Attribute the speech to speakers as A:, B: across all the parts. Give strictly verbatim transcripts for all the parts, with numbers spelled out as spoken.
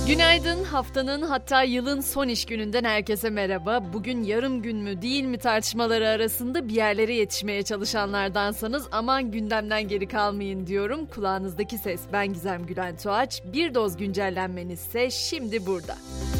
A: Günaydın, haftanın hatta yılın son iş gününden herkese merhaba. Bugün yarım gün mü değil mi tartışmaları arasında bir yerlere yetişmeye çalışanlardansanız aman gündemden geri kalmayın diyorum. Kulağınızdaki ses, ben Gizem Gülen Tuğaç. Bir doz güncellenmenizse şimdi burada.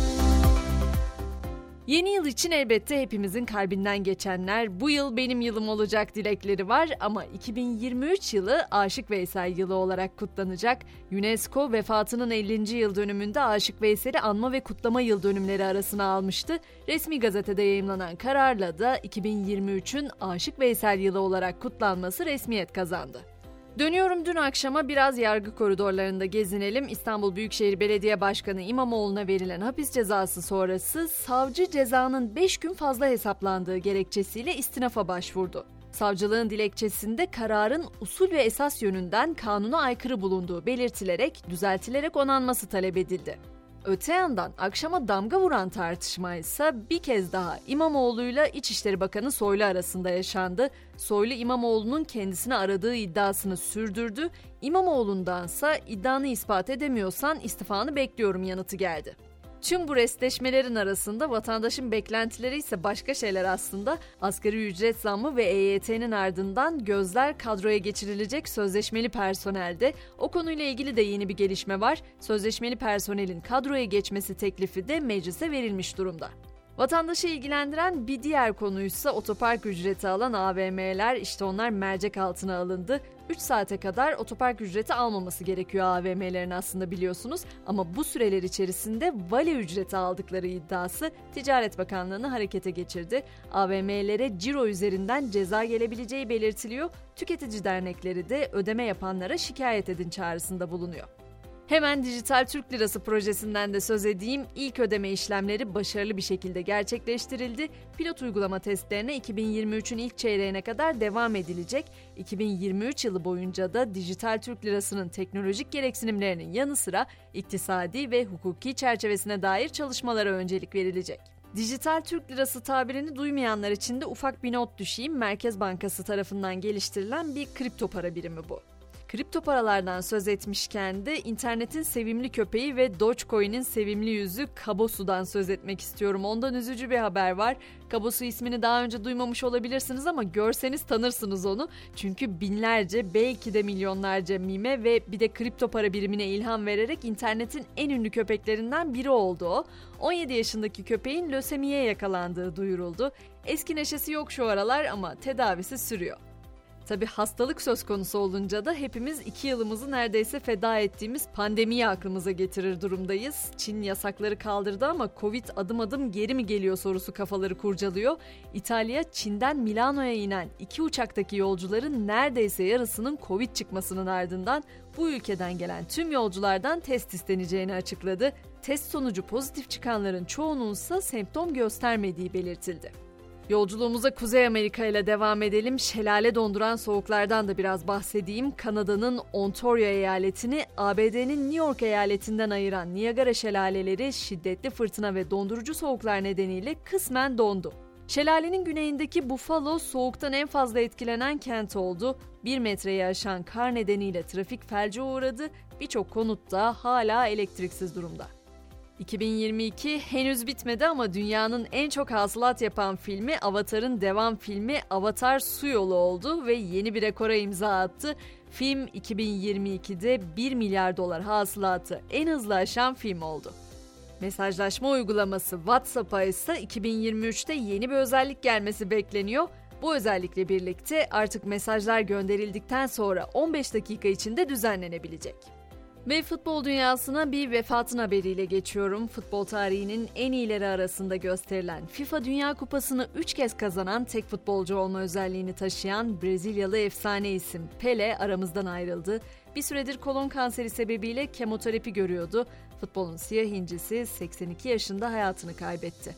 A: Yeni yıl için elbette hepimizin kalbinden geçenler, bu yıl benim yılım olacak dilekleri var ama iki bin yirmi üç yılı Aşık Veysel yılı olarak kutlanacak. UNESCO vefatının ellinci yıl dönümünde Aşık Veysel'i anma ve kutlama yıl dönümleri arasına almıştı. Resmi gazetede yayımlanan kararla da iki bin yirmi üçün Aşık Veysel yılı olarak kutlanması resmiyet kazandı. Dönüyorum dün akşama, biraz yargı koridorlarında gezinelim. İstanbul Büyükşehir Belediye Başkanı İmamoğlu'na verilen hapis cezası sonrası savcı cezanın beş gün fazla hesaplandığı gerekçesiyle istinafa başvurdu. Savcılığın dilekçesinde kararın usul ve esas yönünden kanuna aykırı bulunduğu belirtilerek düzeltilerek onanması talep edildi. Öte yandan akşama damga vuran tartışma ise bir kez daha İmamoğlu'yla İçişleri Bakanı Soylu arasında yaşandı. Soylu İmamoğlu'nun kendisini aradığı iddiasını sürdürdü. İmamoğlu'ndansa iddianı ispat edemiyorsan istifanı bekliyorum yanıtı geldi. Tüm bu restleşmelerin arasında vatandaşın beklentileri ise başka şeyler aslında. Asgari ücret zammı ve E Y T'nin ardından gözler kadroya geçirilecek sözleşmeli personelde. O konuyla ilgili de yeni bir gelişme var. Sözleşmeli personelin kadroya geçmesi teklifi de meclise verilmiş durumda. Vatandaşı ilgilendiren bir diğer konuysa otopark ücreti alan A V M'ler, işte onlar mercek altına alındı. üç saate kadar otopark ücreti almaması gerekiyor A V M'lerin aslında, biliyorsunuz. Ama bu süreler içerisinde vale ücreti aldıkları iddiası Ticaret Bakanlığı'nı harekete geçirdi. A V M'lere ciro üzerinden ceza gelebileceği belirtiliyor. Tüketici dernekleri de ödeme yapanlara şikayet edin çağrısında bulunuyor. Hemen Dijital Türk Lirası projesinden de söz edeyim. İlk ödeme işlemleri başarılı bir şekilde gerçekleştirildi. Pilot uygulama testlerine iki bin yirmi üçün ilk çeyreğine kadar devam edilecek. iki bin yirmi üç yılı boyunca da Dijital Türk Lirası'nın teknolojik gereksinimlerinin yanı sıra iktisadi ve hukuki çerçevesine dair çalışmalara öncelik verilecek. Dijital Türk Lirası tabirini duymayanlar için de ufak bir not düşeyim. Merkez Bankası tarafından geliştirilen bir kripto para birimi bu. Kripto paralardan söz etmişken de internetin sevimli köpeği ve Dogecoin'in sevimli yüzü Kabosu'dan söz etmek istiyorum. Ondan üzücü bir haber var. Kabosu ismini daha önce duymamış olabilirsiniz ama görseniz tanırsınız onu. Çünkü binlerce, belki de milyonlarca mime ve bir de kripto para birimine ilham vererek internetin en ünlü köpeklerinden biri oldu o. on yedi yaşındaki köpeğin lösemiye yakalandığı duyuruldu. Eski neşesi yok şu aralar ama tedavisi sürüyor. Tabii hastalık söz konusu olunca da hepimiz iki yılımızı neredeyse feda ettiğimiz pandemiyi aklımıza getirir durumdayız. Çin yasakları kaldırdı ama Covid adım adım geri mi geliyor sorusu kafaları kurcalıyor. İtalya, Çin'den Milano'ya inen iki uçaktaki yolcuların neredeyse yarısının Covid çıkmasının ardından bu ülkeden gelen tüm yolculardan test isteneceğini açıkladı. Test sonucu pozitif çıkanların çoğunun ise semptom göstermediği belirtildi. Yolculuğumuza Kuzey Amerika ile devam edelim. Şelale donduran soğuklardan da biraz bahsedeyim. Kanada'nın Ontario eyaletini A B D'nin New York eyaletinden ayıran Niagara şelaleleri şiddetli fırtına ve dondurucu soğuklar nedeniyle kısmen dondu. Şelalenin güneyindeki Buffalo soğuktan en fazla etkilenen kent oldu. Bir metreyi aşan kar nedeniyle trafik felce uğradı. Birçok konut da hala elektriksiz durumda. iki bin yirmi iki henüz bitmedi ama dünyanın en çok hasılat yapan filmi Avatar'ın devam filmi Avatar Su Yolu oldu ve yeni bir rekora imza attı. Film iki bin yirmi ikide bir milyar dolar hasılatı en hızlı aşan film oldu. Mesajlaşma uygulaması WhatsApp'a ise iki bin yirmi üçte yeni bir özellik gelmesi bekleniyor. Bu özellikle birlikte artık mesajlar gönderildikten sonra on beş dakika içinde düzenlenebilecek. Ve futbol dünyasına bir vefatın haberiyle geçiyorum. Futbol tarihinin en iyileri arasında gösterilen FIFA Dünya Kupası'nı üç kez kazanan tek futbolcu olma özelliğini taşıyan Brezilyalı efsane isim Pelé aramızdan ayrıldı. Bir süredir kolon kanseri sebebiyle kemoterapi görüyordu. Futbolun siyah incisi seksen iki yaşında hayatını kaybetti.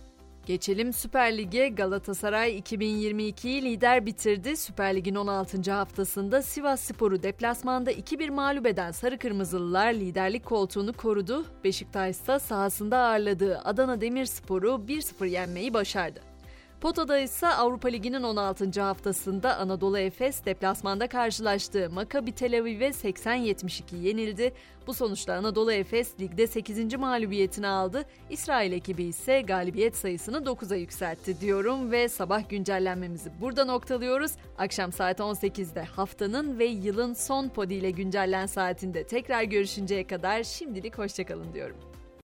A: Geçelim Süper Lig'e. Galatasaray iki bin yirmi ikiyi lider bitirdi. Süper Lig'in on altıncı haftasında Sivasspor'u deplasmanda iki bir mağlup eden Sarı Kırmızılılar liderlik koltuğunu korudu. Beşiktaş ise sahasında ağırladığı Adana Demirspor'u bir sıfır yenmeyi başardı. Potada ise Avrupa Ligi'nin on altıncı haftasında Anadolu Efes deplasmanda karşılaştığı Maccabi Tel Aviv'e seksen yetmiş iki yenildi. Bu sonuçla Anadolu Efes ligde sekizinci mağlubiyetini aldı. İsrail ekibi ise galibiyet sayısını dokuza yükseltti diyorum ve sabah güncellenmemizi burada noktalıyoruz. Akşam saat on sekizde haftanın ve yılın son podi ile güncellen saatinde tekrar görüşünceye kadar şimdilik hoşçakalın diyorum.